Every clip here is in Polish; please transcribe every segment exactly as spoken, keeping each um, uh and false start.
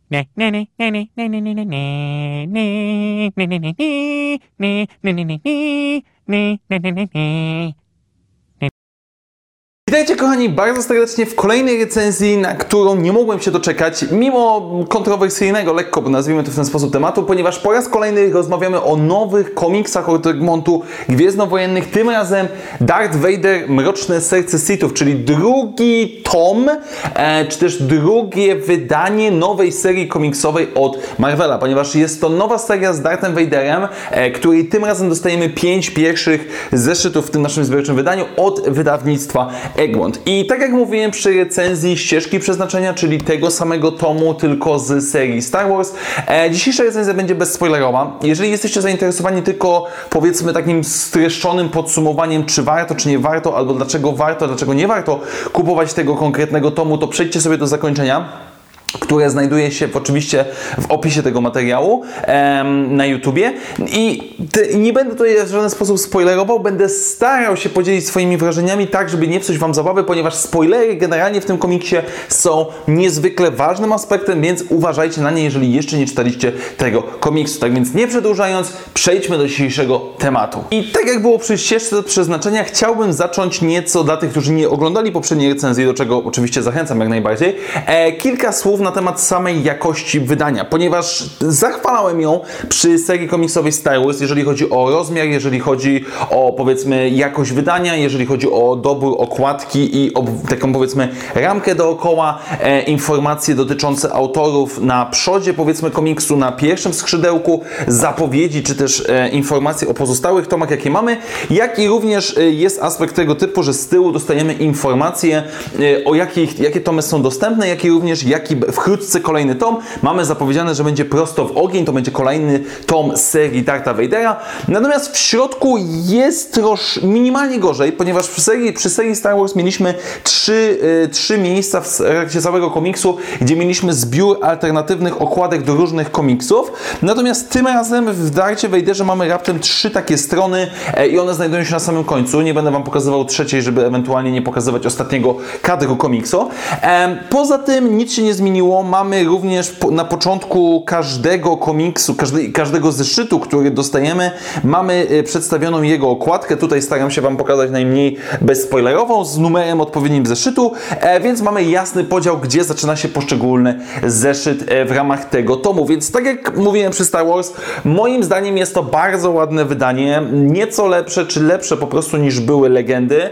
Witajcie kochani bardzo serdecznie w kolejnej recenzji, na którą nie mogłem się doczekać, mimo kontrowersyjnego, lekko nazwijmy to w ten sposób, tematu, ponieważ po raz kolejny rozmawiamy o nowych komiksach od Egmontu Gwiezdnowojennych, tym razem Darth Vader Mroczne Serce Sithów, czyli drugi tom, e, czy też drugie wydanie nowej serii komiksowej od Marvela, ponieważ jest to nowa seria z Darthem Vaderem, e, której tym razem dostajemy pięć pierwszych zeszytów w tym naszym zbiorczym wydaniu od wydawnictwa Egmont. I tak jak mówiłem przy recenzji Ścieżki Przeznaczenia, czyli tego samego tomu, tylko z serii Star Wars, e, dzisiejsza recenzja będzie bezspoilerowa. Jeżeli jesteście zainteresowani tylko, powiedzmy, takim streszczonym podsumowaniem, czy warto, czy nie warto, albo dlaczego warto, dlaczego nie warto kupować tego konkretnego tomu, to przejdźcie sobie do zakończenia, które znajduje się oczywiście w opisie tego materiału em, na YouTubie. I te, nie będę tutaj w żaden sposób spoilerował, będę starał się podzielić swoimi wrażeniami tak, żeby nie psuć Wam zabawy, ponieważ spoilery generalnie w tym komiksie są niezwykle ważnym aspektem, więc uważajcie na nie, jeżeli jeszcze nie czytaliście tego komiksu. Tak więc nie przedłużając, przejdźmy do dzisiejszego tematu. I tak jak było przy Ścieżce Przeznaczenia, chciałbym zacząć nieco dla tych, którzy nie oglądali poprzedniej recenzji, do czego oczywiście zachęcam jak najbardziej, e, kilka słów na temat samej jakości wydania, ponieważ zachwalałem ją przy serii komiksowej Star Wars, jeżeli chodzi o rozmiar, jeżeli chodzi o, powiedzmy, jakość wydania, jeżeli chodzi o dobór okładki i o taką, powiedzmy, ramkę dookoła, e, informacje dotyczące autorów na przodzie, powiedzmy, komiksu, na pierwszym skrzydełku, zapowiedzi, czy też e, informacje o pozostałych tomach, jakie mamy, jak i również e, jest aspekt tego typu, że z tyłu dostajemy informacje e, o jakich, jakie tomy są dostępne, jak i również jaki wkrótce kolejny tom. Mamy zapowiedziane, że będzie Prosto w ogień, to będzie kolejny tom z serii Dartha Vadera. Natomiast w środku jest troszkę minimalnie gorzej, ponieważ przy serii, przy serii Star Wars mieliśmy trzy, y, trzy miejsca w trakcie całego komiksu, gdzie mieliśmy zbiór alternatywnych okładek do różnych komiksów. Natomiast tym razem w Darthie Vaderze mamy raptem trzy takie strony e, i one znajdują się na samym końcu. Nie będę Wam pokazywał trzeciej, żeby ewentualnie nie pokazywać ostatniego kadru komiksu. E, poza tym nic się nie zmieniło. Mamy również po, na początku każdego komiksu, każdy, każdego zeszytu, który dostajemy, mamy y, przedstawioną jego okładkę. Tutaj staram się Wam pokazać najmniej bezspoilerową, z numerem odpowiednim zeszytu, e, więc mamy jasny podział, gdzie zaczyna się poszczególny zeszyt e, w ramach tego tomu. Więc tak jak mówiłem przy Star Wars, moim zdaniem jest to bardzo ładne wydanie, nieco lepsze, czy lepsze po prostu niż były Legendy.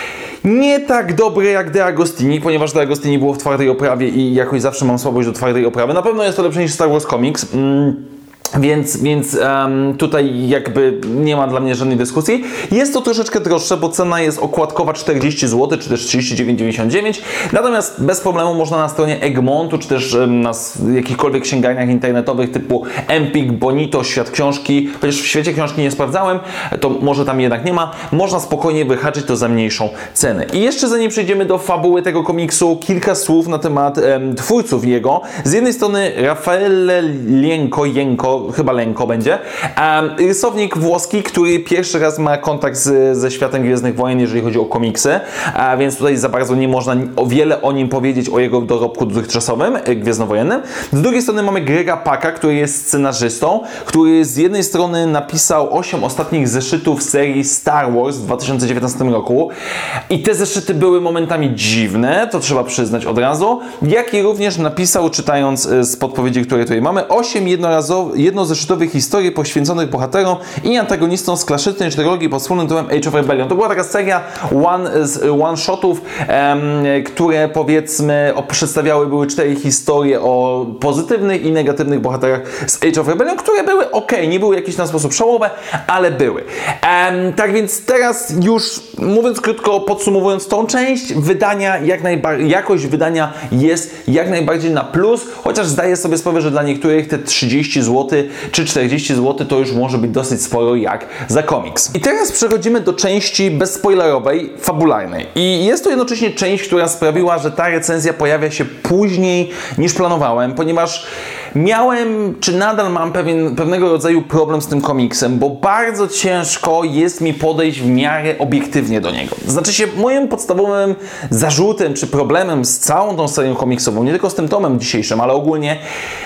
Nie tak dobre jak De Agostini, ponieważ De Agostini było w twardej oprawie i jakoś zawsze mam słabość do twardej oprawy. Na pewno jest to lepsze niż Star Wars Comics. Mm. Więc, więc um, tutaj jakby nie ma dla mnie żadnej dyskusji. Jest to troszeczkę droższe, bo cena jest okładkowa czterdzieści złotych, czy też trzydzieści dziewięć dziewięćdziesiąt dziewięć. Natomiast bez problemu można na stronie Egmontu, czy też um, na jakichkolwiek księgarniach internetowych typu Empik, Bonito, Świat Książki, chociaż w Świecie Książki nie sprawdzałem, to może tam jednak nie ma, można spokojnie wyhaczyć to za mniejszą cenę. I jeszcze zanim przejdziemy do fabuły tego komiksu, kilka słów na temat um, twórców jego. Z jednej strony Raffaele Lienko, Jenko, chyba Lenko będzie. Um, rysownik włoski, który pierwszy raz ma kontakt z, ze światem Gwiezdnych Wojen, jeżeli chodzi o komiksy, a więc tutaj za bardzo nie można o wiele o nim powiedzieć, o jego dorobku dotychczasowym, gwiezdnowojennym. Z drugiej strony mamy Grega Paka, który jest scenarzystą, który z jednej strony napisał osiem ostatnich zeszytów serii Star Wars w dwa tysiące dziewiętnastym roku i te zeszyty były momentami dziwne, to trzeba przyznać od razu, jak i również napisał, czytając z podpowiedzi, które tutaj mamy, osiem jednorazowych jednozeszytowych historii poświęconych bohaterom i antagonistom z klasycznej trylogii pod wspólnym tytułem Age of Rebellion. To była taka seria one, one-shotów, um, które, powiedzmy, przedstawiały były cztery historie o pozytywnych i negatywnych bohaterach z Age of Rebellion, które były ok, nie były jakieś na sposób szałowe, ale były. Um, tak więc teraz już, mówiąc krótko, podsumowując tą część, wydania, jak najbardziej, jakość wydania jest jak najbardziej na plus, chociaż zdaję sobie sprawę, że dla niektórych te trzydzieści złotych czy czterdzieści złotych to już może być dosyć sporo jak za komiks. I teraz przechodzimy do części bezspoilerowej, fabularnej. I jest to jednocześnie część, która sprawiła, że ta recenzja pojawia się później niż planowałem, ponieważ miałem, czy nadal mam pewien, pewnego rodzaju problem z tym komiksem, bo bardzo ciężko jest mi podejść w miarę obiektywnie do niego. Znaczy się, moim podstawowym zarzutem, czy problemem z całą tą serią komiksową, nie tylko z tym tomem dzisiejszym, ale ogólnie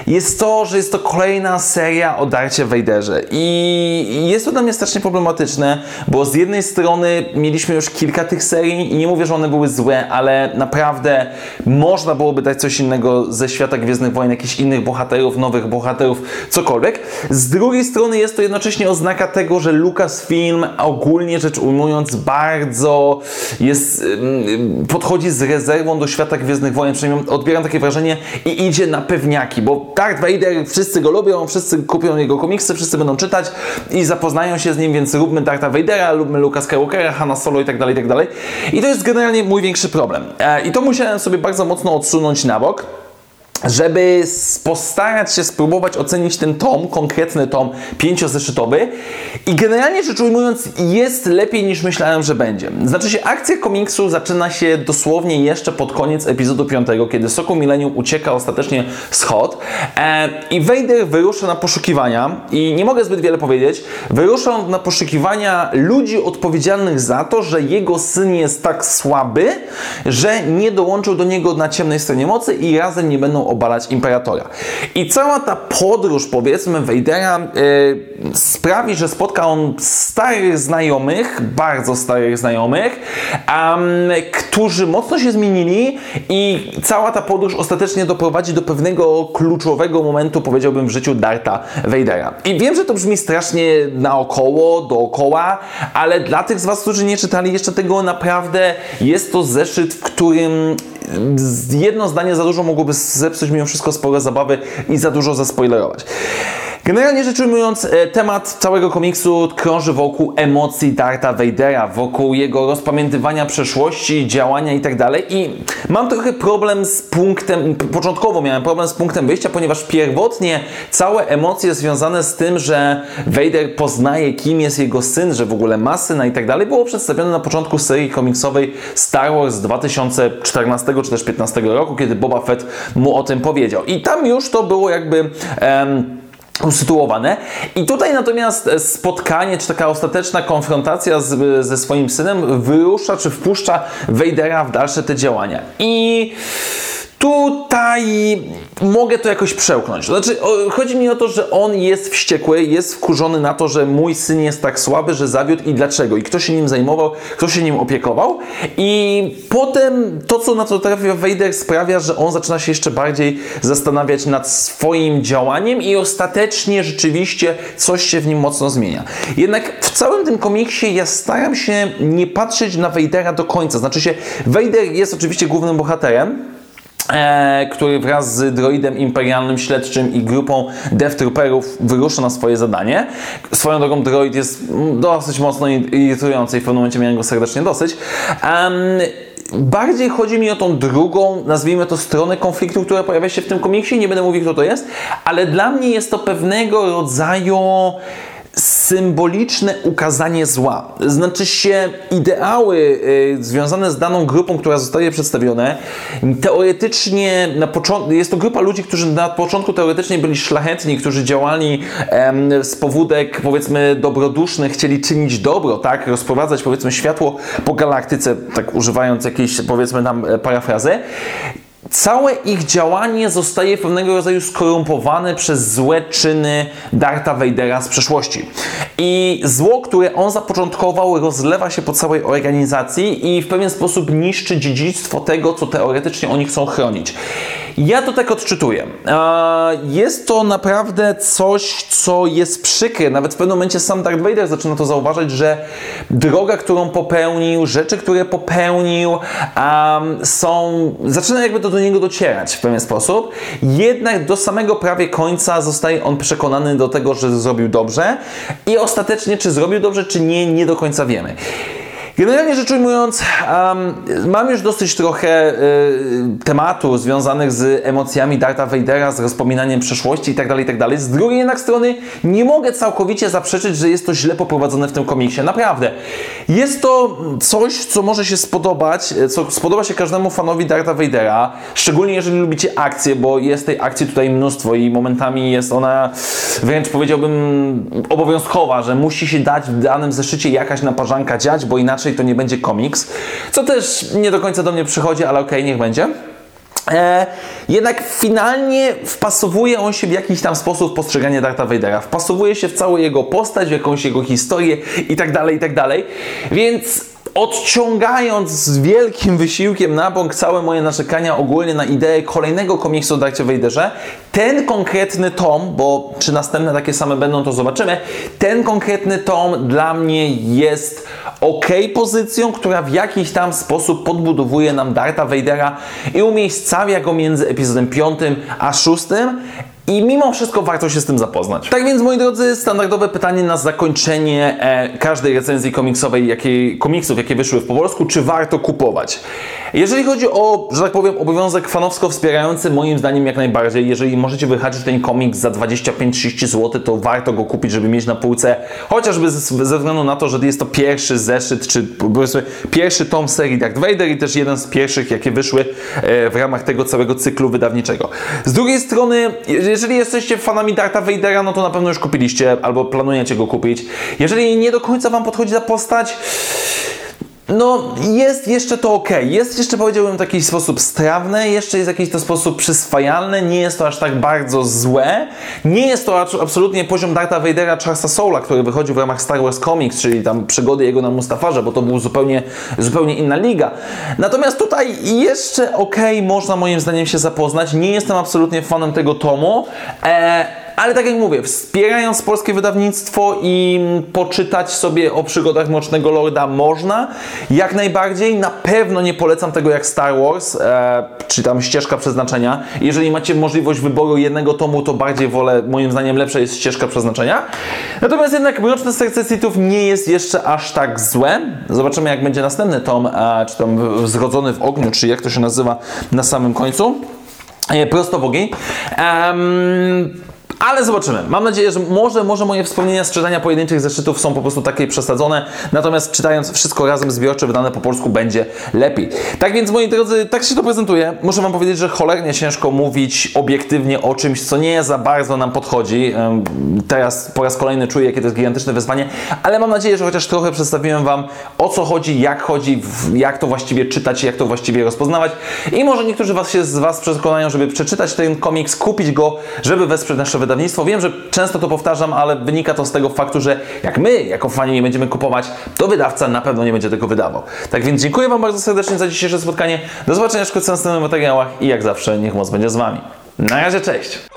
jest to, że jest to kolejna seria o Darcie Vaderze. I jest to dla mnie strasznie problematyczne, bo z jednej strony mieliśmy już kilka tych serii i nie mówię, że one były złe, ale naprawdę można byłoby dać coś innego ze świata Gwiezdnych Wojen, jakichś innych bohaterów, nowych bohaterów, cokolwiek. Z drugiej strony jest to jednocześnie oznaka tego, że Lucasfilm ogólnie rzecz ujmując bardzo jest, podchodzi z rezerwą do świata Gwiezdnych Wojen, przynajmniej odbieram takie wrażenie, i idzie na pewniaki, bo Darth Vader, wszyscy go lubią, wszyscy kupią jego komiksy, wszyscy będą czytać i zapoznają się z nim, więc róbmy Dartha Vadera, róbmy Luka Skywalkera, Hanna Solo i tak dalej, i tak dalej. I to jest generalnie mój większy problem. I to musiałem sobie bardzo mocno odsunąć na bok, żeby postarać się spróbować ocenić ten tom, konkretny tom pięciozeszytowy, i generalnie rzecz ujmując jest lepiej niż myślałem, że będzie. Znaczy się, akcja komiksu zaczyna się dosłownie jeszcze pod koniec epizodu piątego, kiedy Sokół Millennium ucieka ostatecznie z Hoth e, i Vader wyrusza na poszukiwania, i nie mogę zbyt wiele powiedzieć, wyrusza na poszukiwania ludzi odpowiedzialnych za to, że jego syn jest tak słaby, że nie dołączył do niego na ciemnej stronie mocy i razem nie będą obalać Imperatora. I cała ta podróż, powiedzmy, Vadera yy, sprawi, że spotka on starych znajomych, bardzo starych znajomych, um, którzy mocno się zmienili, i cała ta podróż ostatecznie doprowadzi do pewnego kluczowego momentu, powiedziałbym, w życiu Dartha Vadera. I wiem, że to brzmi strasznie naokoło, dookoła, ale dla tych z Was, którzy nie czytali jeszcze tego, naprawdę jest to zeszyt, w którym jedno zdanie za dużo mogłoby zepsuć mimo wszystko sporo zabawy i za dużo zaspoilerować. Generalnie rzecz ujmując, temat całego komiksu krąży wokół emocji Dartha Vadera, wokół jego rozpamiętywania przeszłości, działania i tak dalej. I mam trochę problem z punktem, początkowo miałem problem z punktem wyjścia, ponieważ pierwotnie całe emocje związane z tym, że Vader poznaje, kim jest jego syn, że w ogóle ma syna i tak dalej, było przedstawione na początku serii komiksowej Star Wars z dwa tysiące czternastego czy też piętnastego roku, kiedy Boba Fett mu o tym powiedział. I tam już to było jakby Em, usytuowane. I tutaj natomiast spotkanie, czy taka ostateczna konfrontacja z, ze swoim synem wyrusza, czy wpuszcza Vadera w dalsze te działania. I tutaj mogę to jakoś przełknąć. Znaczy, o, chodzi mi o to, że on jest wściekły, jest wkurzony na to, że mój syn jest tak słaby, że zawiódł i dlaczego. I kto się nim zajmował, kto się nim opiekował. I potem to, co na to trafia Vader, sprawia, że on zaczyna się jeszcze bardziej zastanawiać nad swoim działaniem i ostatecznie rzeczywiście coś się w nim mocno zmienia. Jednak w całym tym komiksie ja staram się nie patrzeć na Vadera do końca. Znaczy się, Vader jest oczywiście głównym bohaterem, E, który wraz z droidem imperialnym śledczym i grupą Death Trooperów wyrusza na swoje zadanie. Swoją drogą droid jest dosyć mocno irytujący i w pewnym momencie miałem go serdecznie dosyć. Um, Bardziej chodzi mi o tą drugą, nazwijmy to, stronę konfliktu, która pojawia się w tym komiksie. Nie będę mówił, kto to jest, ale dla mnie jest to pewnego rodzaju symboliczne ukazanie zła. Znaczy się, ideały y, związane z daną grupą, która zostaje przedstawione, teoretycznie na początku, jest to grupa ludzi, którzy na początku teoretycznie byli szlachetni, którzy działali em, z powódek, powiedzmy, dobrodusznych, chcieli czynić dobro, tak, rozprowadzać, powiedzmy, światło po galaktyce, tak używając jakiejś, powiedzmy, tam parafrazy. Całe ich działanie zostaje pewnego rodzaju skorumpowane przez złe czyny Dartha Vadera z przeszłości. I zło, które on zapoczątkował, rozlewa się po całej organizacji i w pewien sposób niszczy dziedzictwo tego, co teoretycznie oni chcą chronić. Ja to tak odczytuję. Jest to naprawdę coś, co jest przykre. Nawet w pewnym momencie sam Darth Vader zaczyna to zauważać, że droga, którą popełnił, rzeczy, które popełnił, um, są... Zaczyna jakby to do niego docierać w pewien sposób. Jednak do samego prawie końca zostaje on przekonany do tego, że zrobił dobrze. I ostatecznie, czy zrobił dobrze, czy nie, nie do końca wiemy. Generalnie rzecz ujmując, um, mam już dosyć trochę y, tematu związanych z emocjami Dartha Vadera, z rozpominaniem przeszłości itd., itd. Z drugiej jednak strony nie mogę całkowicie zaprzeczyć, że jest to źle poprowadzone w tym komiksie. Naprawdę. Jest to coś, co może się spodobać, co spodoba się każdemu fanowi Dartha Vadera, szczególnie jeżeli lubicie akcję, bo jest tej akcji tutaj mnóstwo i momentami jest ona wręcz, powiedziałbym, obowiązkowa, że musi się dać w danym zeszycie jakaś naparzanka dziać, bo inaczej to nie będzie komiks, co też nie do końca do mnie przychodzi, ale okej, okay, niech będzie. E, jednak finalnie wpasowuje on się w jakiś tam sposób postrzegania Dartha Vadera, wpasowuje się w całą jego postać, w jakąś jego historię i tak dalej, i tak dalej, więc odciągając z wielkim wysiłkiem na bok całe moje narzekania ogólnie na ideę kolejnego komiksu o Darthie Vaderze, ten konkretny tom, bo czy następne takie same będą, to zobaczymy, ten konkretny tom dla mnie jest ok pozycją, która w jakiś tam sposób podbudowuje nam Dartha Vadera i umiejscawia go między epizodem piątym a szóstym. I mimo wszystko warto się z tym zapoznać. Tak więc, moi drodzy, standardowe pytanie na zakończenie e, każdej recenzji komiksowej, jakiej, komiksów, jakie wyszły po polsku, czy warto kupować? Jeżeli chodzi o, że tak powiem, obowiązek fanowsko wspierający, moim zdaniem jak najbardziej. Jeżeli możecie wyhaczyć ten komiks za dwadzieścia pięć trzydzieści złotych, to warto go kupić, żeby mieć na półce, chociażby ze, ze względu na to, że jest to pierwszy zeszyt, czy powiedzmy pierwszy tom serii Darth Vader i też jeden z pierwszych, jakie wyszły e, w ramach tego całego cyklu wydawniczego. Z drugiej strony, jeżeli jesteście fanami Dartha Vadera, no to na pewno już kupiliście albo planujecie go kupić. Jeżeli nie do końca Wam podchodzi ta postać, no jest jeszcze to ok, jest jeszcze, powiedziałbym, w jakiś sposób strawne, jeszcze jest w jakiś to sposób przyswajalne, nie jest to aż tak bardzo złe, nie jest to absolutnie poziom Dartha Vadera Charlesa Soula, który wychodził w ramach Star Wars Comics, czyli tam przygody jego na Mustafarze, bo to był zupełnie, zupełnie inna liga. Natomiast tutaj jeszcze ok, można moim zdaniem się zapoznać, nie jestem absolutnie fanem tego tomu, eee, ale tak jak mówię, wspierając polskie wydawnictwo i poczytać sobie o przygodach Mrocznego Lorda można, jak najbardziej. Na pewno nie polecam tego jak Star Wars, e, czy tam Ścieżka Przeznaczenia. Jeżeli macie możliwość wyboru jednego tomu, to bardziej wolę, moim zdaniem lepsza jest Ścieżka Przeznaczenia. Natomiast jednak Mroczne Serce Sithów nie jest jeszcze aż tak złe. Zobaczymy, jak będzie następny tom, e, czy tam Zrodzony w ogniu, czy jak to się nazywa na samym końcu. E, prosto w ogień. Um, Ale zobaczymy. Mam nadzieję, że może, może moje wspomnienia z czytania pojedynczych zeszytów są po prostu takie przesadzone, natomiast czytając wszystko razem zbiorcze wydane po polsku będzie lepiej. Tak więc, moi drodzy, tak się to prezentuje. Muszę Wam powiedzieć, że cholernie ciężko mówić obiektywnie o czymś, co nie za bardzo nam podchodzi. Teraz po raz kolejny czuję, jakie to jest gigantyczne wyzwanie, ale mam nadzieję, że chociaż trochę przedstawiłem Wam, o co chodzi, jak chodzi, jak to właściwie czytać, jak to właściwie rozpoznawać i może niektórzy was się z Was przekonają, żeby przeczytać ten komiks, kupić go, żeby wesprzeć nasze wydawnictwo. Wiem, że często to powtarzam, ale wynika to z tego faktu, że jak my, jako fani, nie będziemy kupować, to wydawca na pewno nie będzie tego wydawał. Tak więc dziękuję Wam bardzo serdecznie za dzisiejsze spotkanie. Do zobaczenia wkrótce w następnych materiałach i jak zawsze niech moc będzie z Wami. Na razie, cześć!